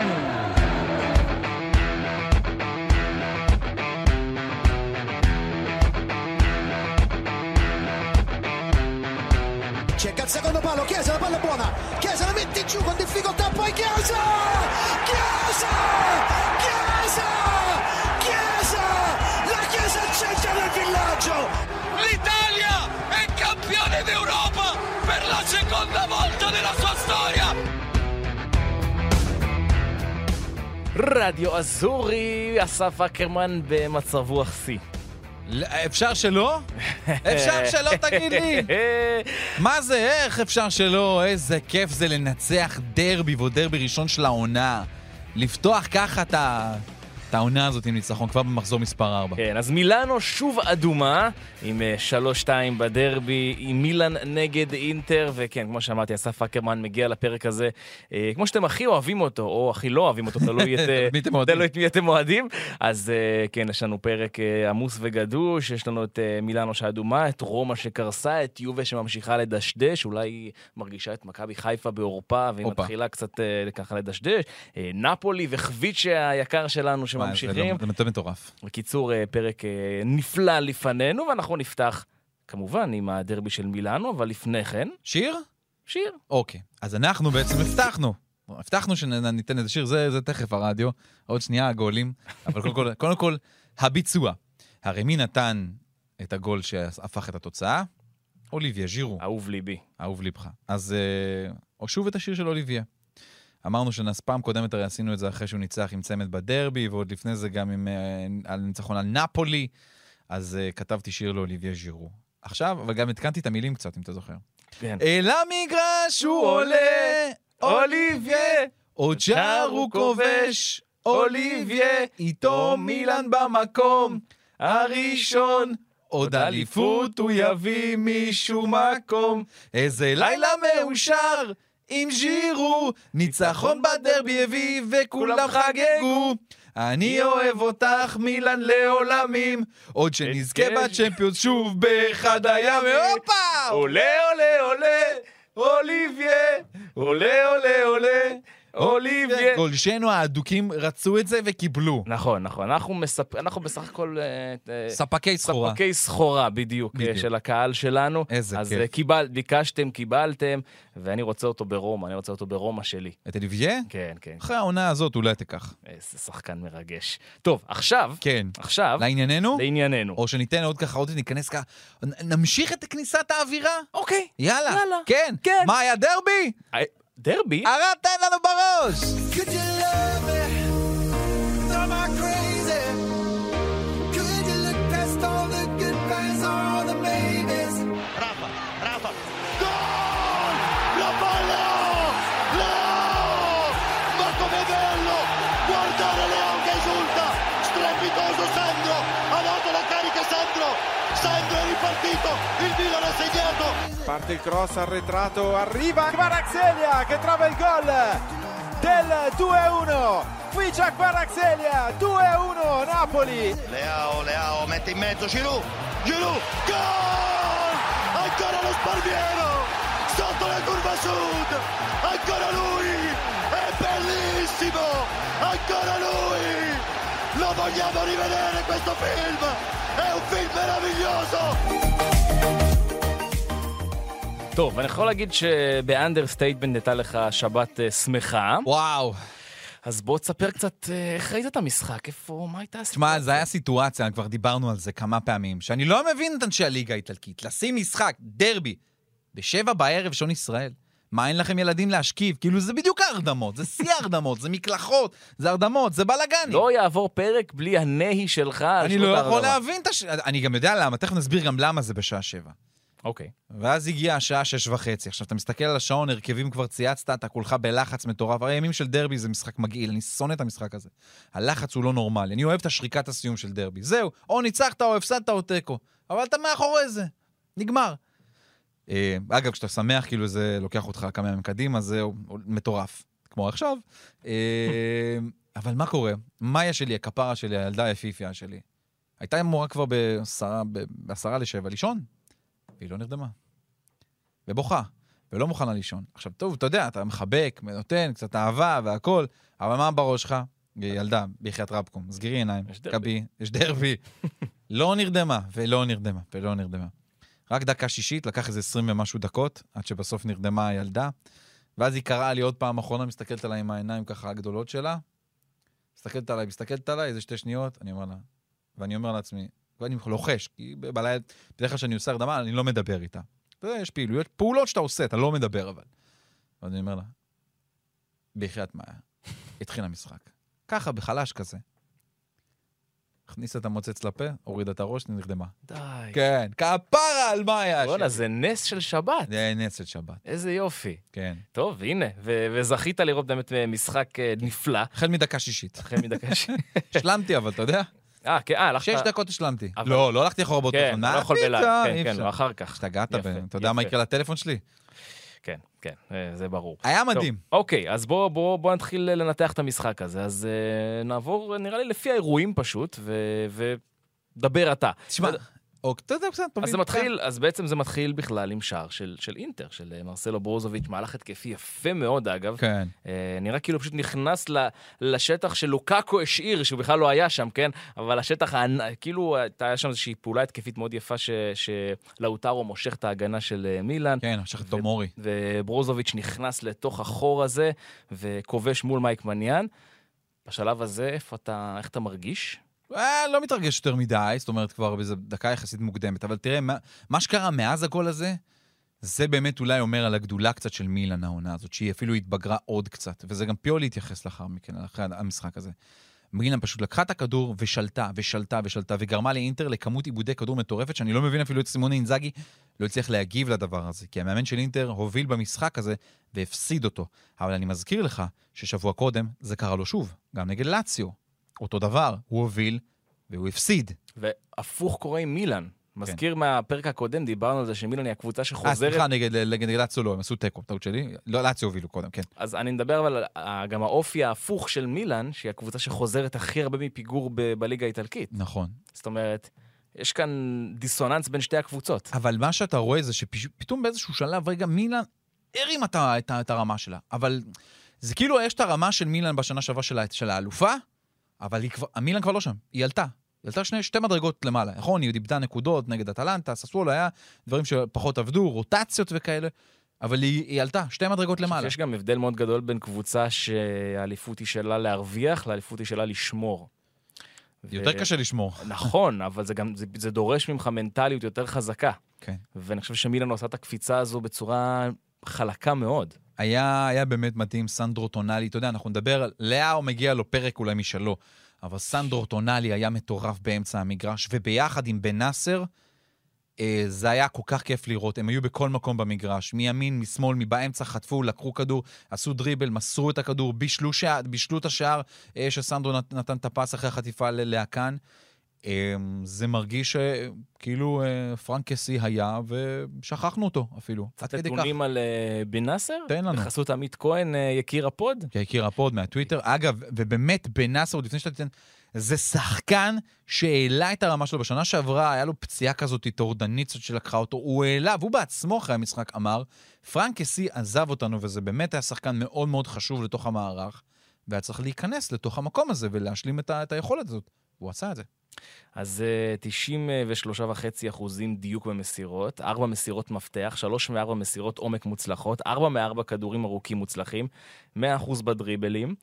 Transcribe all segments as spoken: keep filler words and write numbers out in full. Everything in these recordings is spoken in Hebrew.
Cerca il secondo palo, Chiesa, la palla è buona, Chiesa la mette giù con difficoltà, poi Chiesa, Chiesa, Chiesa, Chiesa, la Chiesa al centro del villaggio. L'Italia è campione d'Europa per la seconda volta nella sua storia. רדיו אזורי, אסף אקרמן במצב רוח שיא. אפשר שלא? אפשר שלא, תגיד לי. מה זה, איך אפשר שלא? איזה כיף זה לנצח דרבי ודרבי ראשון של העונה. לפתוח ככה את ה... את העונה הזאת עם ניצחון כבר במחזור מספר ארבע. כן, אז מילאנו שוב אדומה עם שלוש שתיים בדרבי, עם מילאן נגד אינטר, וכן, כמו שאמרתי, אסף אקרמן מגיע לפרק הזה, אה, כמו שאתם הכי אוהבים אותו, או הכי לא אוהבים אותו, תלוי את מי אתם אוהדים. אז אה, כן, יש לנו פרק אה, עמוס וגדוש, יש לנו את אה, מילאנו שאדומה, את רומא שקרסה, את יובה שממשיכה לדשדש, אולי היא מרגישה את מכבי חיפה באורפה, והיא אופה. מתחילה קצת אה, ככה לדשדש. אה, נפולי וחביץ' היקר שלנו ממשיכים. זה מטוב מטורף. בקיצור, פרק נפלא לפנינו, ואנחנו נפתח כמובן עם הדרבי של מילאנו, אבל לפני כן... שיר? שיר. אוקיי, אז אנחנו בעצם הבטחנו. הבטחנו שניתן איזה שיר, זה, זה תכף הרדיו. עוד שנייה הגולים. אבל קודם כל, קודם כל, הביצוע. הרי מי נתן את הגול שהפך את התוצאה? אוליביה, ז'ירו. אהוב ליבי. אהוב ליבך. אז או שוב את השיר של אוליביה. אמרנו שפעם קודמת הרי עשינו את זה אחרי שהוא ניצח עם צמד בדרבי, ועוד לפני זה גם עם, על ניצחון על נפולי, אז uh, כתבתי שיר לאוליביה ז'ירו. עכשיו, אבל גם התקנתי את המילים קצת, אם אתה זוכר. כן. אל המגרש הוא עולה, אוליביה, עוד שער הוא כובש, אוליביה, איתו מילאן במקום הראשון, עוד אליפות הוא יביא משום מקום, איזה לילה מאושר, עם ז'ירו, ניצחון בדרבי הביא וכולם חגגו. אני אוהב אותך מילאן לעולמים, עוד שנזכה בצ'מפיונס שוב באחד הימים. הופה! עולה עולה עולה, אוליביה, עולה עולה עולה, אוליביה. גולשנו האדוקים רצו את זה וקיבלו. נכון, נכון. אנחנו, מספ... אנחנו בסך הכל... ספקי סחורה. ספקי סחורה, בדיוק, בדיוק. של הקהל שלנו. איזה אז כיף. אז קיבל, ביקשתם, קיבלתם, ואני רוצה אותו ברומא, אני רוצה אותו ברומא שלי. את אוליביה? כן, כן. אחרי העונה הזאת אולי תקח. איזה שחקן מרגש. טוב, עכשיו... כן. עכשיו... לענייננו? לענייננו. או שניתן עוד ככה, עוד ניכנס ככה. נמשיך את כניסת האווירה? אוקיי. יאללה. יאללה. כן. כן. מה היה דרבי? דרבי? הרב תן לנו בראש! Could you love me? Am I crazy? Could you look past all the goodbyes or all the maybes? Rafa, Rafa, gol! La palla! No! Ma com'è bello! Guardare Leao che esulta! Strepitoso Sandro! Ha dato la carica Sandro! Sandro è ripartito! Il Milan ha segnato! Parte il cross arretrato, arriva Kvaratskhelia che trova il gol del due a uno. Ficia Kvaratskhelia, due a uno Napoli. Leao, Leao mette in mezzo Giroud, Giroud, gol! Ancora lo Sparviero, sotto la curva sud, ancora lui, è bellissimo, ancora lui, lo vogliamo rivedere questo film, è un film meraviglioso! טוב, אני יכול להגיד שבאנדרסטייטמנט הייתה לך שבת שמחה. וואו. אז בוא תספר קצת איך ראית את המשחק, איפה, מה הייתה הסיטואציה? תשמע, זה היה סיטואציה, כבר דיברנו על זה כמה פעמים, שאני לא מבין את אנשי הליגה האיטלקית, לשים משחק, דרבי, בשבע בערב שעון ישראל. מה, אין לכם ילדים להשכיב? כאילו זה בדיוק ההרדמות, זה שיא ההרדמות, זה מקלחות, זה הרדמות, זה בלגני. לא יעבור פרק בלי הנהי שלך. אני לא יכול להבין את הש... אני גם יודע למה, תכף נסביר גם למה זה בשעה שבע. אוקיי. ואז הגיעה השעה שש וחצי. עכשיו, אתה מסתכל על השעון, הרכבים כבר צייצת, אתה כולך בלחץ מטורף. הרי ימים של דרבי זה משחק מגעיל, אני שונא את המשחק הזה. הלחץ הוא לא נורמלי. אני אוהב את השריקת הסיום של דרבי. זהו, או ניצחת או הפסדת או תיקו. אבל אתה מאחורי זה. נגמר. אגב, כשאתה שמח, כאילו זה לוקח אותך כמה ימים קדימה, זה מטורף. כמו עכשיו. אבל מה קורה? מאיה שלי, הכפרה שלי, הילדה היפיפיה שלי, הייתה אמורה כבר בעשרה לשבע לישון. והיא לא נרדמה. ובוכה. ולא מוכנה לישון. עכשיו, טוב, אתה יודע, אתה מחבק, נותן, קצת אהבה והכל, אבל מה בראש שלך? ילדה, ביחיית רבקום, סגירי עיניים, קבי, יש דרבי. לא נרדמה, ולא נרדמה, ולא נרדמה. רק דקה שישית, לקח איזה עשרים ומשהו דקות, עד שבסוף נרדמה הילדה, ואז היא קראה לי עוד פעם אחרונה, מסתכלת עליי עם העיניים ככה הגדולות שלה, מסתכלת עליי, מסתכלת עליי, איזה שתי שניות, אני אומר לה, ואני אומר לעצמי, ואני לוחש, כי בלילה, בדרך כלל שאני עושה הרדמה, אני לא מדבר איתה. אתה יודע, יש פעילויות, פעולות שאתה עושה, אתה לא מדבר אבל. ואני אומר לה, ביחיית מאיה, התחיל המשחק. ככה, בחלש כזה. הכניסה את המוצץ לפה, הורידה את הראש, נרדמה. די. כן, כפרה על מאיה. וואלה, זה נס של שבת. זה נס של שבת. איזה יופי. כן. טוב, הנה, ו- וזכית לראות באמת משחק נפלא. החל מדקה שישית. החל מדקה שישית. השלמתי, אבל אתה יודע? אה, כן, אה, הלכת... שש דקות השלמתי. אבל... לא, לא הלכתי אחורה באותו כן, לא יכול בלייב. כן, כן, לא אחר כך. השתגעת בהם. אתה יודע מה יקרה לטלפון שלי? כן, כן, זה ברור. היה מדהים. טוב, אוקיי, אז בוא, בוא, בוא נתחיל לנתח את המשחק הזה. אז uh, נעבור, נראה לי, לפי האירועים פשוט, ודבר אתה. תשמע, או, אתה יודע, בסדר, אז זה מתחיל, אז בעצם זה מתחיל בכלל עם שער של, של אינטר, של מרסלו ברוזוביץ', מהלך התקפי יפה מאוד, אגב. כן. אה, נראה כאילו פשוט נכנס ל, לשטח של לוקאקו השאיר, שהוא בכלל לא היה שם, כן? אבל השטח, כאילו, היה שם איזושהי פעולה התקפית מאוד יפה, ש, שלאוטרו מושך את ההגנה של מילאן. כן, מושך את תומורי. וברוזוביץ' נכנס לתוך החור הזה, וכובש מול מייק מניאן. בשלב הזה, איפה אתה, איך אתה מרגיש? לא מתרגש יותר מדי, זאת אומרת כבר באיזו דקה יחסית מוקדמת, אבל תראה, מה, מה שקרה מאז הגול הזה, זה באמת אולי אומר על הגדולה קצת של מילאן העונה הזאת, שהיא אפילו התבגרה עוד קצת, וזה גם פיולי התייחס לאחר מכן, אחרי המשחק הזה. מילאן פשוט לקחה את הכדור ושלטה ושלטה ושלטה, וגרמה לאינטר לכמות עיבודי כדור מטורפת, שאני לא מבין אפילו את סימונה אינזאגי, לא הצליח להגיב לדבר הזה, כי המאמן של אינטר הוביל במשחק הזה והפסיד אותו. אבל אני מזכיר לך ששבוע קודם זה קרה לו שוב, גם נגד לאציו. אותו דבר, הוא הוביל והוא הפסיד. והפוך קורה עם מילאן. מזכיר מהפרק הקודם, דיברנו על זה שמילאן היא הקבוצה שחוזרת... אה, סליחה, נגד לאציו לא, הם עשו טקו, טעות שלי. לא, לאציו הובילו קודם, כן. אז אני מדבר אבל על גם האופי ההפוך של מילאן, שהיא הקבוצה שחוזרת הכי הרבה מפיגור בליגה האיטלקית. נכון. זאת אומרת, יש כאן דיסוננס בין שתי הקבוצות. אבל מה שאתה רואה זה שפתאום באיזשהו שלב, רגע, מילאן הרים את הרמה שלה. אבל זה כאילו יש את הרמה של מילאן בשנה שעברה של האלופה, אבל המילאן כבר לא שם, היא עלתה. היא עלתה שני, שתי מדרגות למעלה. נכון, היא דיבדה נקודות נגד אטלנטה, ססוולו היה דברים שפחות עבדו, רוטציות וכאלה, אבל היא, היא עלתה שתי מדרגות למעלה. יש גם הבדל מאוד גדול בין קבוצה שהאליפות היא שלה להרוויח, לאליפות היא שלה לשמור. יותר ו... קשה לשמור. נכון, אבל זה גם, זה, זה דורש ממך מנטליות יותר חזקה. כן. ואני חושב שמילאן עושה את הקפיצה הזו בצורה חלקה מאוד. היה, היה באמת מדהים, סנדרו טונאלי, אתה יודע, אנחנו נדבר, לאו מגיע לו פרק אולי משלו, אבל סנדרו טונאלי היה מטורף באמצע המגרש, וביחד עם בן נאסר, אה, זה היה כל כך כיף לראות, הם היו בכל מקום במגרש, מימין, משמאל, מבאמצע, חטפו, לקחו כדור, עשו דריבל, מסרו את הכדור, בישלו, שער, בישלו את השער, אה, שסנדרו נת, נתן את הפס אחרי החטיפה ללהקן, זה מרגיש שכאילו פרנקסי היה, ושכחנו אותו אפילו. קצת נתונים על בן נאסר? תן לנו. בחסות עמית כהן, יקיר הפוד? יקיר הפוד מהטוויטר. אגב, ובאמת בן נאסר, עוד לפני שאתה תיתן, זה שחקן שהעלה את הרמה שלו. בשנה שעברה היה לו פציעה כזאת טורדנית שלקחה אותו. הוא העלה, והוא בעצמו אחרי המשחק אמר, פרנקסי עזב אותנו, וזה באמת היה שחקן מאוד מאוד חשוב לתוך המערך, והיה צריך להיכנס לתוך המקום הזה ולהשלים את, ה- את היכולת הזאת. הוא עשה את זה. אז תשעים ושלושה וחצי אחוזים דיוק במסירות, ארבע מסירות מפתח, שלוש מארבע מסירות עומק מוצלחות, ארבע מארבע כדורים ארוכים מוצלחים, מאה אחוז בדריבלים,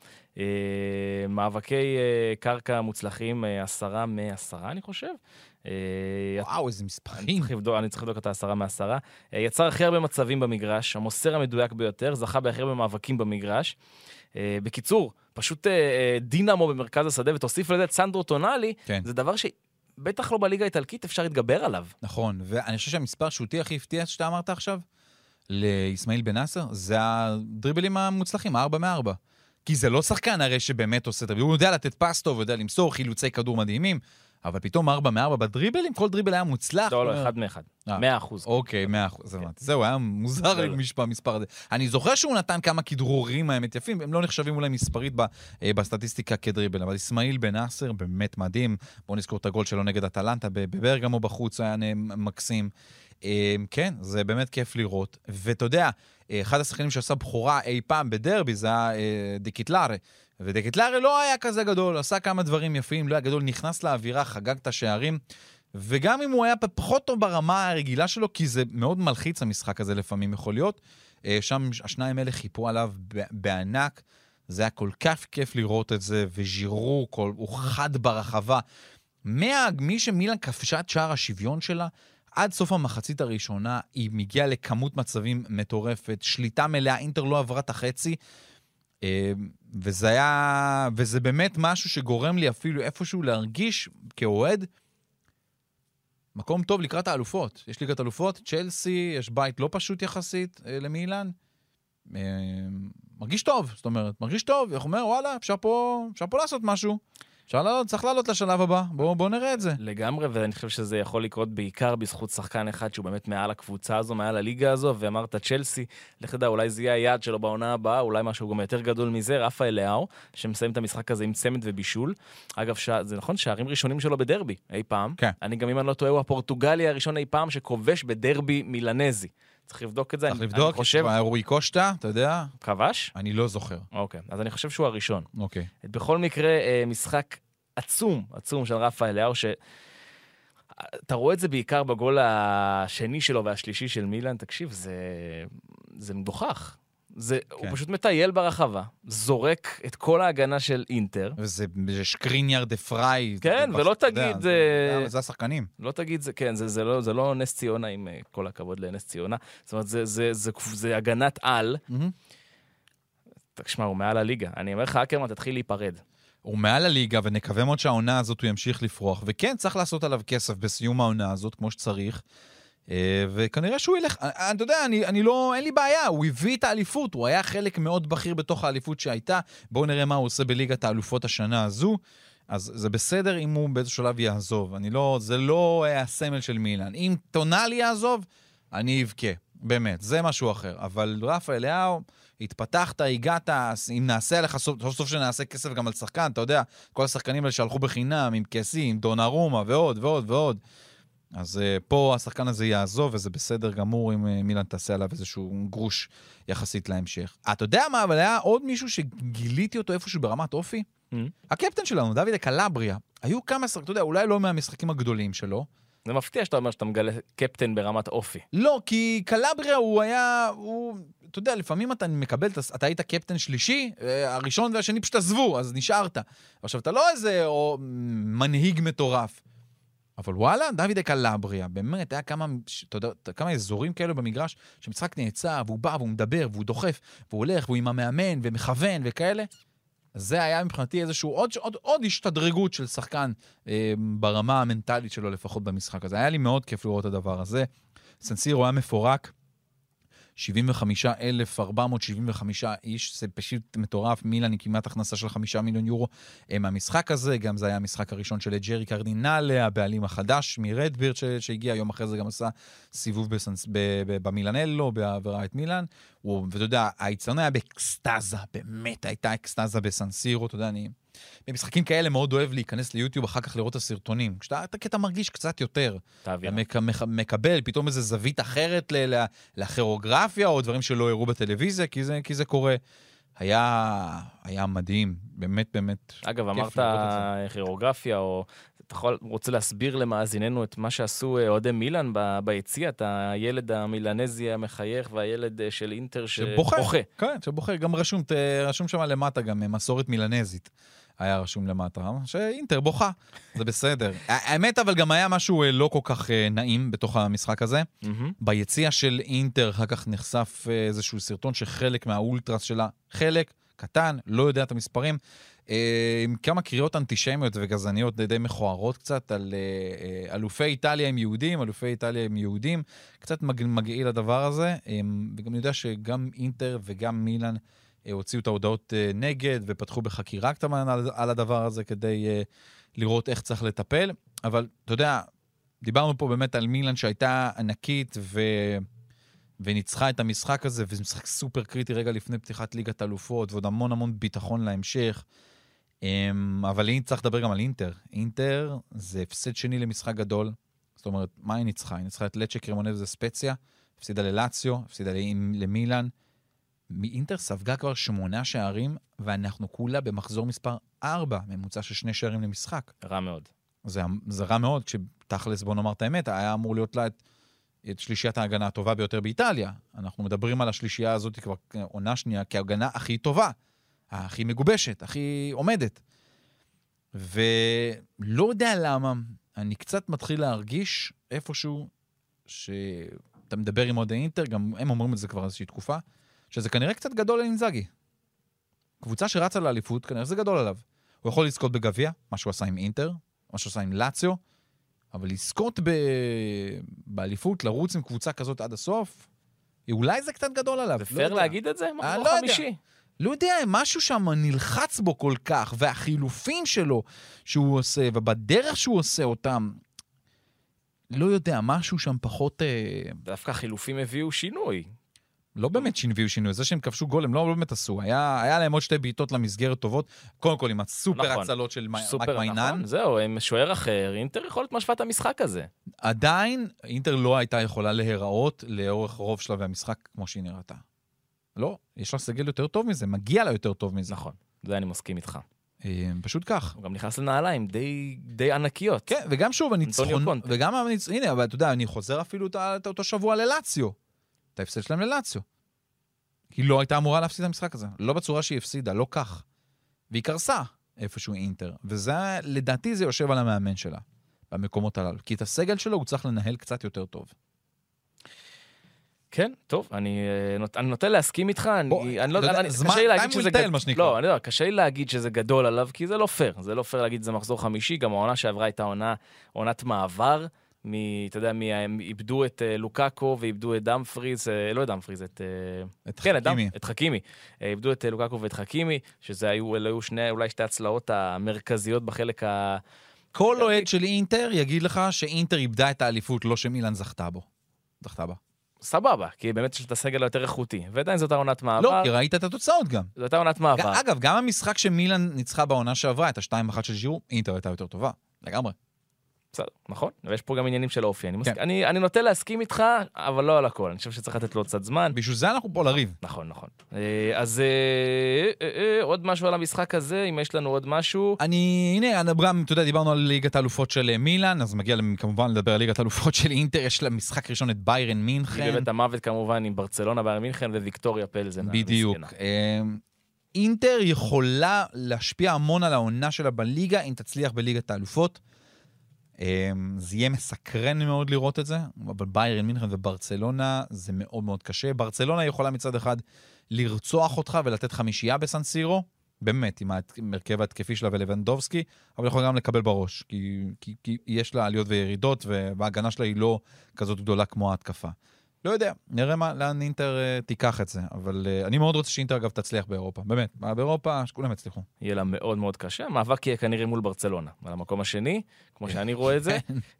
מאבקי קרקע מוצלחים, עשרה מעשרה אני חושב. וואו, איזה מספרים. אני צריך לבדוק את העשרה מעשרה. יצר הכי הרבה מצבים במגרש, המוסר המדויק ביותר, זכה בהכי הרבה מאבקים במגרש. בקיצור, פשוט דינמו במרכז השדה, ותוסיף לזה את סנדרו טונאלי, כן. זה דבר שבטח לא בליגה האיטלקית אפשר להתגבר עליו. נכון, ואני חושב שהמספר שותי הכי הפתיע שאתה אמרת עכשיו, ליסמאעיל בן נאסר, זה הדריבלים המוצלחים, ארבע מארבע. כי זה לא שחקן הרי שבאמת עושה את זה, הוא יודע לתת פס טוב, הוא יודע למסור חילוצי כדור מדהימים, אבל פתאום ארבע מארבע בדריבלים, כל דריבל היה מוצלח. לא, לא, אחד מאחד. מאה אחוז. אוקיי, מאה אחוז. זהו, היה מוזר המספר הזה. אני זוכר שהוא נתן כמה כדרורים האמת יפים, הם לא נחשבים אולי מספרית בסטטיסטיקה כדריבל, אבל איסמאעיל בן נאסר באמת מדהים. בואו נזכור את הגול שלו נגד אטלנטה, בברגמו בחוץ היה מקסים. כן, זה באמת כיף לראות. ואתה יודע, אחד השחקנים שעשה בחורה אי פעם בדרבי, זה היה דקיטלארה. ודקיטלארה לא היה כזה גדול, עשה כמה דברים יפים, לא היה גדול, נכנס לאווירה, חגג את השערים, וגם אם הוא היה פחות טוב ברמה הרגילה שלו, כי זה מאוד מלחיץ המשחק הזה לפעמים יכול להיות, שם השניים האלה חיפו עליו בענק, זה היה כל כך כיף לראות את זה, וז'ירו, כל, הוא חד ברחבה. מה, מי שמילן כבשה את שער השוויון שלה, עד סוף המחצית הראשונה, היא מגיעה לכמות מצבים מטורפת, שליטה מלאה, אינטר לא עברה את החצי, וזה היה, וזה באמת משהו שגורם לי אפילו איפשהו להרגיש כאוהד, מקום טוב לקראת האלופות. יש ליגת אלופות, צ'לסי, יש בית לא פשוט יחסית למילן, מרגיש טוב, זאת אומרת, מרגיש טוב, איך אומר, וואלה, אפשר פה, אפשר פה לעשות משהו. אפשר לעלות, צריך לעלות לשלב הבא. בואו בוא נראה את זה. לגמרי, ואני חושב שזה יכול לקרות בעיקר בזכות שחקן אחד שהוא באמת מעל הקבוצה הזו, מעל הליגה הזו, ואמרת צ'לסי, לך תדע, אולי זה יהיה היעד שלו בעונה הבאה, אולי משהו גם יותר גדול מזה, רפאל לאו, שמסיים את המשחק הזה עם צמד ובישול. אגב, ש... זה נכון, שערים ראשונים שלו בדרבי, אי פעם. כן. אני גם אם אני לא טועה, הוא הפורטוגלי הראשון אי פעם שכובש בדרבי מילנזי. צריך לבדוק את זה. צריך לבדוק, חושב... רועי קושטה, אתה יודע? כבש? אני לא זוכר. אוקיי, אז אני חושב שהוא הראשון. אוקיי. בכל מקרה, משחק עצום, עצום של רפאל לאו, שאתה רואה את זה בעיקר בגול השני שלו והשלישי של מילן, תקשיב, זה, זה מדוכח. זה, כן. הוא פשוט מטייל ברחבה, זורק את כל ההגנה של אינטר. וזה שקריניאר דה פריי. כן, ולא תגיד... זה, זה השחקנים. לא תגיד, זה, כן, זה, זה, לא, זה לא נס ציונה, עם כל הכבוד לנס ציונה. זאת אומרת, זה, זה, זה, זה, זה הגנת על. Mm-hmm. תשמע, הוא מעל הליגה. אני אומר לך, אקרמן, תתחיל להיפרד. הוא מעל הליגה, ונקווה מאוד שהעונה הזאת הוא ימשיך לפרוח. וכן, צריך לעשות עליו כסף בסיום העונה הזאת, כמו שצריך. וכנראה שהוא ילך, אני, אתה יודע, אני, אני לא, אין לי בעיה, הוא הביא את האליפות, הוא היה חלק מאוד בכיר בתוך האליפות שהייתה, בואו נראה מה הוא עושה בליגת האלופות השנה הזו, אז זה בסדר אם הוא באיזשהו שלב יעזוב, אני לא, זה לא הסמל של מילן, אם טונאלי יעזוב, אני אבכה, באמת, זה משהו אחר, אבל רפאל לאו, התפתחת, הגעת, אם נעשה עליך סוף, סוף סוף שנעשה כסף גם על שחקן, אתה יודע, כל השחקנים האלה שהלכו בחינם, עם כסים, עם דונרומה ועוד ועוד ועוד, אז uh, פה השחקן הזה יעזוב, וזה בסדר גמור אם uh, מילן תעשה עליו איזשהו גרוש יחסית להמשך. אתה יודע מה, אבל היה עוד מישהו שגיליתי אותו איפשהו ברמת אופי? Mm-hmm. הקפטן שלנו, דוד קלבריה. היו כמה שחקנים, אתה יודע, אולי לא מהמשחקים הגדולים שלו. זה מפתיע שאתה אומר שאתה מגלה קפטן ברמת אופי. לא, כי קלבריה הוא היה, הוא, אתה יודע, לפעמים אתה מקבל, אתה היית קפטן שלישי, הראשון והשני פשוט עזבו, אז נשארת. עכשיו, אתה לא איזה או, מנהיג מטורף. אבל וואלה, דוד קלבריה, באמת, היה כמה, אתה יודע, כמה אזורים כאלו במגרש, שמשחק נעצה, והוא בא, והוא מדבר, והוא דוחף, והוא הולך, והוא עם המאמן, ומכוון, וכאלה. זה היה מבחינתי איזשהו עוד, עוד, עוד השתדרגות של שחקן אה, ברמה המנטלית שלו, לפחות במשחק הזה. היה לי מאוד כיף לראות את הדבר הזה. סנסירו היה מפורק, שבעים וחמישה אלף ארבע מאות שבעים וחמישה איש, זה פשוט מטורף, מילן היא כמעט הכנסה של חמישה מיליון יורו מהמשחק הזה, גם זה היה המשחק הראשון של ג'רי קרדינלה, הבעלים החדש מרדבירד שהגיע, יום אחרי זה גם עשה סיבוב בסנס, ב, ב, במילנלו, בעברה את מילן, ואתה יודע, האיצטדיון היה באקסטאזה, באמת הייתה אקסטאזה בסנסירו, אתה יודע, אני... במשחקים כאלה מאוד אוהב להיכנס ליוטיוב אחר כך לראות את הסרטונים. כשאתה אתה מרגיש קצת יותר, אתה מקבל פתאום איזו זווית אחרת לכירוגרפיה או דברים שלא הראו בטלוויזיה, כי זה, כי זה קורה. היה, היה מדהים, באמת באמת. אגב, אמרת כירוגרפיה, או אתה יכול, רוצה להסביר למאזיננו את מה שעשו אוהדי מילאן ביציע, את הילד המילנזי המחייך והילד של אינטר שבוכה. כן, שבוכה. גם רשום, רשום שם למטה גם מסורת מילנזית. היה רשום למטה, שאינטר בוכה, זה בסדר. האמת, אבל גם היה משהו לא כל כך נעים בתוך המשחק הזה. ביציע של אינטר, אחר כך נחשף איזשהו סרטון שחלק מהאולטרס שלה, חלק קטן, לא יודע את המספרים, עם כמה קריאות אנטישמיות וגזעניות די מכוערות קצת, על אלופי איטליה עם יהודים, אלופי איטליה עם יהודים, קצת מגעיל הדבר הזה, וגם יודע שגם אינטר וגם מילאן, הוציאו את ההודעות נגד, ופתחו בחקירה קטנה על, על הדבר הזה, כדי uh, לראות איך צריך לטפל. אבל, אתה יודע, דיברנו פה באמת על מילאן שהייתה ענקית, ו... וניצחה את המשחק הזה, וזה משחק סופר קריטי רגע לפני פתיחת ליגת אלופות, ועוד המון המון ביטחון להמשך. Um, אבל צריך לדבר גם על אינטר. אינטר זה הפסד שני למשחק גדול, זאת אומרת, מה היא ניצחה? היא ניצחה את לצ'ה, קרימונזה זה ספציה, הפסידה ללאציו, הפסידה למילאן. מאינטר ספגה כבר שמונה שערים, ואנחנו כולה במחזור מספר ארבע, ממוצע של שני שערים למשחק. רע מאוד. זה, זה רע מאוד, כשתכלס, בוא נאמר את האמת, היה אמור להיות לה את, את שלישיית ההגנה הטובה ביותר באיטליה. אנחנו מדברים על השלישייה הזאת כבר עונה שנייה, כהגנה הכי טובה, הכי מגובשת, הכי עומדת. ולא יודע למה, אני קצת מתחיל להרגיש איפשהו, שאתה מדבר עם עוד האינטר, גם הם אומרים את זה כבר איזושהי תקופה, שזה כנראה קצת גדול לאינזאגי. קבוצה שרצה לאליפות, כנראה זה גדול עליו. הוא יכול לזכות בגביע, מה שהוא עשה עם אינטר, מה שהוא עשה עם לאציו, אבל לזכות ב... באליפות, לרוץ עם קבוצה כזאת עד הסוף, אולי זה קצת גדול עליו. זה פייר לא להגיד את זה? לא לא חמישי. יודע. לא יודע, משהו שם נלחץ בו כל כך, והחילופים שלו שהוא עושה, ובדרך שהוא עושה אותם, לא יודע, משהו שם פחות... דווקא החילופים הביאו שינוי. לא באמת שהביאו שינוי, זה שהם כבשו גול, הם לא באמת עשו. היה, היה להם עוד שתי בעיטות למסגרת טובות, קודם כל עם הסופר נכון. הצלות של מייק מיינן. נכון, זהו, הם שוער אחר, אינטר יכול להיות משווה את המשחק הזה. עדיין, אינטר לא הייתה יכולה להיראות לאורך רוב שלבי המשחק כמו שהיא נראתה. לא, יש לה סגל יותר טוב מזה, מגיע לה יותר טוב מזה. נכון, זה אני מסכים איתך. פשוט כך. הוא גם נכנס לנעליים די, די ענקיות. כן, וגם שוב, הניצחון, וגם, הנה, אבל אתה יודע, אני חוזר אפילו את אותו שבוע ללאציו. את ההפסד שלהם ללאציו. היא לא הייתה אמורה להפסיד את המשחק הזה. לא בצורה שהיא הפסידה, לא כך. והיא קרסה איפשהו אינטר. וזה, לדעתי, זה יושב על המאמן שלה, במקומות הללו. כי את הסגל שלו הוא צריך לנהל קצת יותר טוב. כן, טוב, אני, אני נוטה להסכים איתך, בוא, אני, אני לא, יודע, אני, זמן, קשה לי להגיד שזה גדול, לא, אני לא, קשה לי להגיד שזה גדול עליו, כי זה לא פייר, זה לא פייר להגיד שזה מחזור חמישי, גם העונה שעברה הייתה עונה, עונת מעבר, מ, אתה יודע, מ, הם איבדו את uh, לוקאקו, ואיבדו את דאמפריז, uh, לא את דאמפריז, את, uh, את כן, חכימי. את, את חכימי, uh, איבדו את uh, לוקאקו ואת חכימי, שזה היו, היו שני, אולי שתי הצלעות המרכזיות בחלק ה... כל אוהד של אינטר יגיד לך שאינטר איבדה את האליפות, לא שמילן זכתה בו. זכתה בה. סבבה, כי באמת יש את הסגל היותר איכותי, ועדיין זאת העונת מעבר. לא, כי ראית את התוצאות גם. זאת העונת מעבר. אגב, גם המשחק שמילן ניצחה בעונה שעברה, את השתיים אחת של ז'ירו, אינטר הייתה יותר טובה. לגמרי. בסדר, נכון? ויש פה גם עניינים של אופי. אני, כן. מסכ... אני, אני נוטה להסכים איתך, אבל לא על הכל. אני חושב שצריך לתת לו קצת זמן. בשביל זה אנחנו פה לריב. נכון, נכון. אז אה, אה, אה, עוד משהו על המשחק הזה, אם יש לנו עוד משהו. אני, הנה, אברהם, אתה יודע, דיברנו על ליגת האלופות של מילאן, אז מגיע כמובן לדבר על ליגת האלופות של אינטר, יש לה משחק ראשון את ביירן מינכן. בבית המוות כמובן עם ברצלונה, ביירן מינכן וויקטוריה פלזן. בדיוק. אינטר יכולה להשפיע המון על העונה שלה בליגה, אם תצליח בליגת האלופות. זה יהיה מסקרן מאוד לראות את זה, אבל ביירן מינכן וברצלונה זה מאוד מאוד קשה. ברצלונה יכולה מצד אחד לרצוח אותך ולתת חמישייה בסנסירו, באמת, עם המרכב התקפי שלה ולבנדובסקי, אבל יכולה גם לקבל בראש, כי, כי, כי יש לה עליות וירידות, וההגנה שלה היא לא כזאת גדולה כמו ההתקפה. לא יודע, נראה מה, לאן אינטר uh, תיקח את זה, אבל uh, אני מאוד רוצה שאינטר אגב תצליח באירופה, באמת, באירופה שכולם יצליחו. יהיה לה מאוד מאוד קשה, המאבק יהיה כנראה מול ברצלונה, על המקום השני, כמו שאני רואה את זה,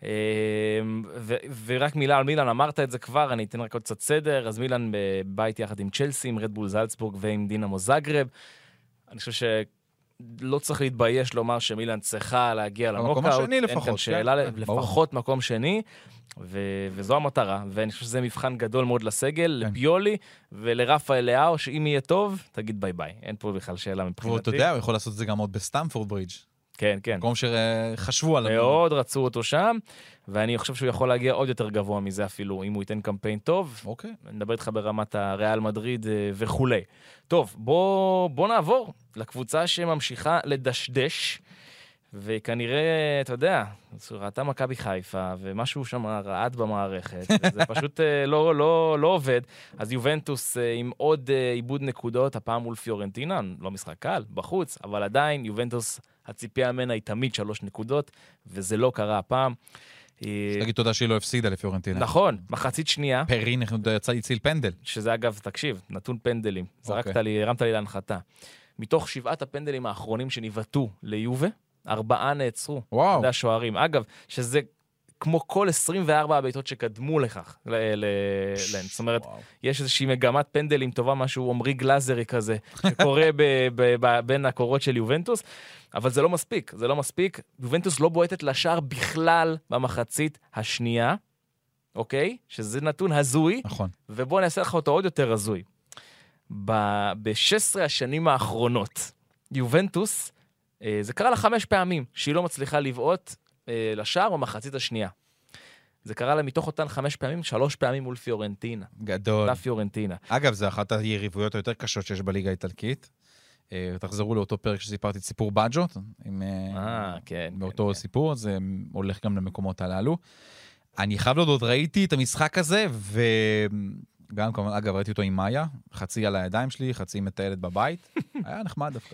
ו- ורק מילה על מילאן, אמרת את זה כבר, אני אתן רק עוד קצת סדר, אז מילאן בבית יחד עם צ'לסי, עם רדבול זלצבורג ועם דינמו זאגרב, אני חושב ש... לא צריך להתבייש לומר שמילאן צריכה להגיע לנוקאוט. מקום השני לפחות. אין כאן שאלה, כן, לפחות ברור. מקום שני, ו- וזו המטרה. ואני חושב שזה מבחן גדול מאוד לסגל, כן. לפיולי ולרפאל לאו, שאם יהיה טוב, תגיד ביי ביי. אין פה בכלל שאלה מבחינתי. ואתה יודע, הוא יכול לעשות את זה גם עוד בסטמפורד ברידג'. כן, כן. מקום שחשבו עליו. מאוד רצו אותו שם, ואני חושב שהוא יכול להגיע עוד יותר גבוה מזה אפילו, אם הוא ייתן קמפיין טוב. אוקיי. אני מדבר איתך ברמת הריאל מדריד וכולי. טוב, בוא, בוא נעבור לקבוצה שממשיכה לדשדש, וכנראה, אתה יודע, ראתה מכבי חיפה, ומשהו שם רעד במערכת, זה פשוט לא, לא, לא עובד. אז יובנטוס עם עוד איבוד נקודות, הפעם מול פיורנטינה, לא משחק קל, בחוץ, אבל עדיין יובנטוס, הציפייה ממנה היא תמיד שלוש נקודות, וזה לא קרה הפעם. תגיד תודה שהיא לא הפסידה לפיורנטינה. נכון, מחצית שנייה. פרין יצא יציל פנדל. שזה אגב, תקשיב, נתון פנדלים. זרקת לי, הרמת לי להנחתה. מתוך שבעת הפנדלים האחרונים שניבטו ליובה, ארבעה נעצרו. וואו. זה השוערים. אגב, שזה כמו כל עשרים וארבע הבעיטות שקדמו לכך, להם. זאת אומרת, יש איזושהי מגמת פנדלים טובה, משהו עומרי גלאזרי כזה, שקורה בין הקורות של יובנטוס, אבל זה לא מספיק, זה לא מספיק. יובנטוס לא בועטת לשער בכלל במחצית השנייה, אוקיי? שזה נתון הזוי. נכון. ובואו אני אעשה לך אותו עוד יותר הזוי. ב-שש עשרה השנים האחרונות, יובנטוס, זה קרה לה חמש פעמים, שהיא לא מצליחה לבעוט לשער במחצית השנייה. זה קרה לה מתוך אותן חמש פעמים, שלוש פעמים מול פיורנטינה. גדול. אותה פיורנטינה. אגב, זו אחת היריבויות היותר קשות שיש בליגה האיטלקית. תחזרו לאותו פרק שסיפרתי את סיפור בג'ות, עם כן, באותו כן, סיפור, זה הולך גם למקומות הללו. אני חייב להודות, ראיתי את המשחק הזה, וגם, אגב, ראיתי אותו עם מאיה, חצי על הידיים שלי, חצי מטיילת בבית. היה נחמד דווקא.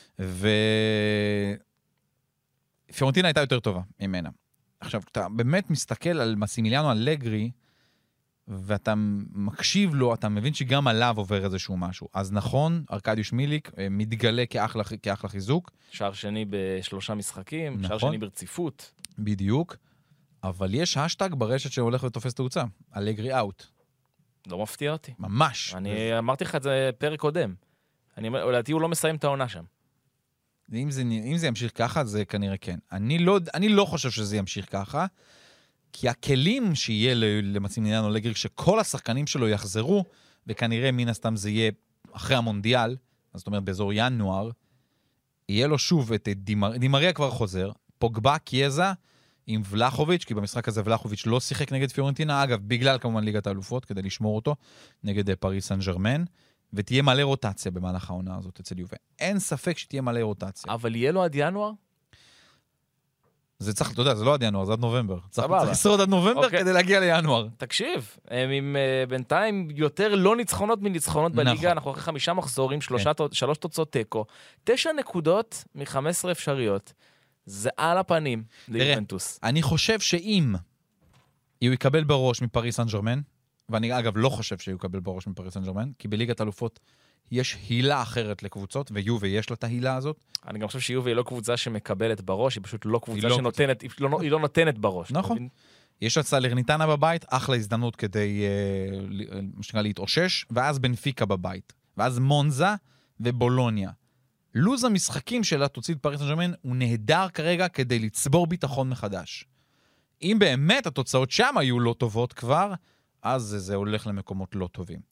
ופיורנטינה הייתה יותר טובה ממנה. עכשיו, אתה באמת מסתכל על מסימיליאנו אלגרי, ואתה מקשיב לו, אתה מבין שגם עליו עובר איזשהו משהו. אז נכון, ארקדיוש מיליק מתגלה כאחלה, כאחלה חיזוק. שער שני בשלושה משחקים, נכון. שער שני ברציפות. בדיוק. אבל יש השטג ברשת שהולך ותופס תאוצה. אלגרי אאוט. לא מפתיע אותי. ממש. אני וזה... אמרתי לך את זה פרק קודם. אני אומר, אולי הוא לא מסיים את העונה שם. אם זה, אם זה ימשיך ככה, זה כנראה כן. אני לא, אני לא חושב שזה ימשיך ככה, כי הכלים שיהיה למסימיליאנו אלגרי, שכל השחקנים שלו יחזרו, וכנראה מן הסתם זה יהיה אחרי המונדיאל, זאת אומרת באזור ינואר, יהיה לו שוב את דימר... דימריה כבר חוזר, פוגבה, קיאזה, עם ולחוביץ', כי במשחק הזה ולחוביץ' לא שיחק נגד פיורנטינה, אגב, בגלל כמובן ליגת האלופות, כדי לשמור אותו, נגד פריס סן ז'רמן, ותהיה מלא רוטציה במהלך העונה הזאת אצל יובה. אין ספק שתהיה מלא רוטציה. אבל יהיה לו עד ינואר? זה צריך, אתה יודע, זה לא עד ינואר, זה עד נובמבר. צריך לשרוד עד נובמבר כדי להגיע לינואר. תקשיב, הם עם בינתיים יותר לא ניצחונות מניצחונות בליגה, אנחנו אחרי חמישה מחזורים, שלוש תוצאות טקו, תשע נקודות מ-חמש עשרה אפשריות. זה על הפנים ליובנטוס. אני חושב שאם הוא יקבל בראש מפריס סן ז'רמן, ואני אגב לא חושב שהוא יקבל בראש מפריס סן ז'רמן, כי בליגת אלופות יש הילה אחרת לקבוצות, ויובה יש לה את ההילה הזאת. אני גם חושב שיובה היא לא קבוצה שמקבלת בראש, היא פשוט לא קבוצה שנותנת, היא לא נותנת בראש. נכון. יש לה סלרניטנה בבית, אחלה הזדמנות כדי מה שנקרא להתאושש, ואז בנפיקה בבית, ואז מונזה ובולוניה. לוז המשחקים שלה תוציא את פריס סן ז'רמן הוא נהדר כרגע כדי לצבור ביטחון מחדש. אם באמת התוצאות שם היו לא טובות כבר, אז זה, זה הולך למקומות לא טובים.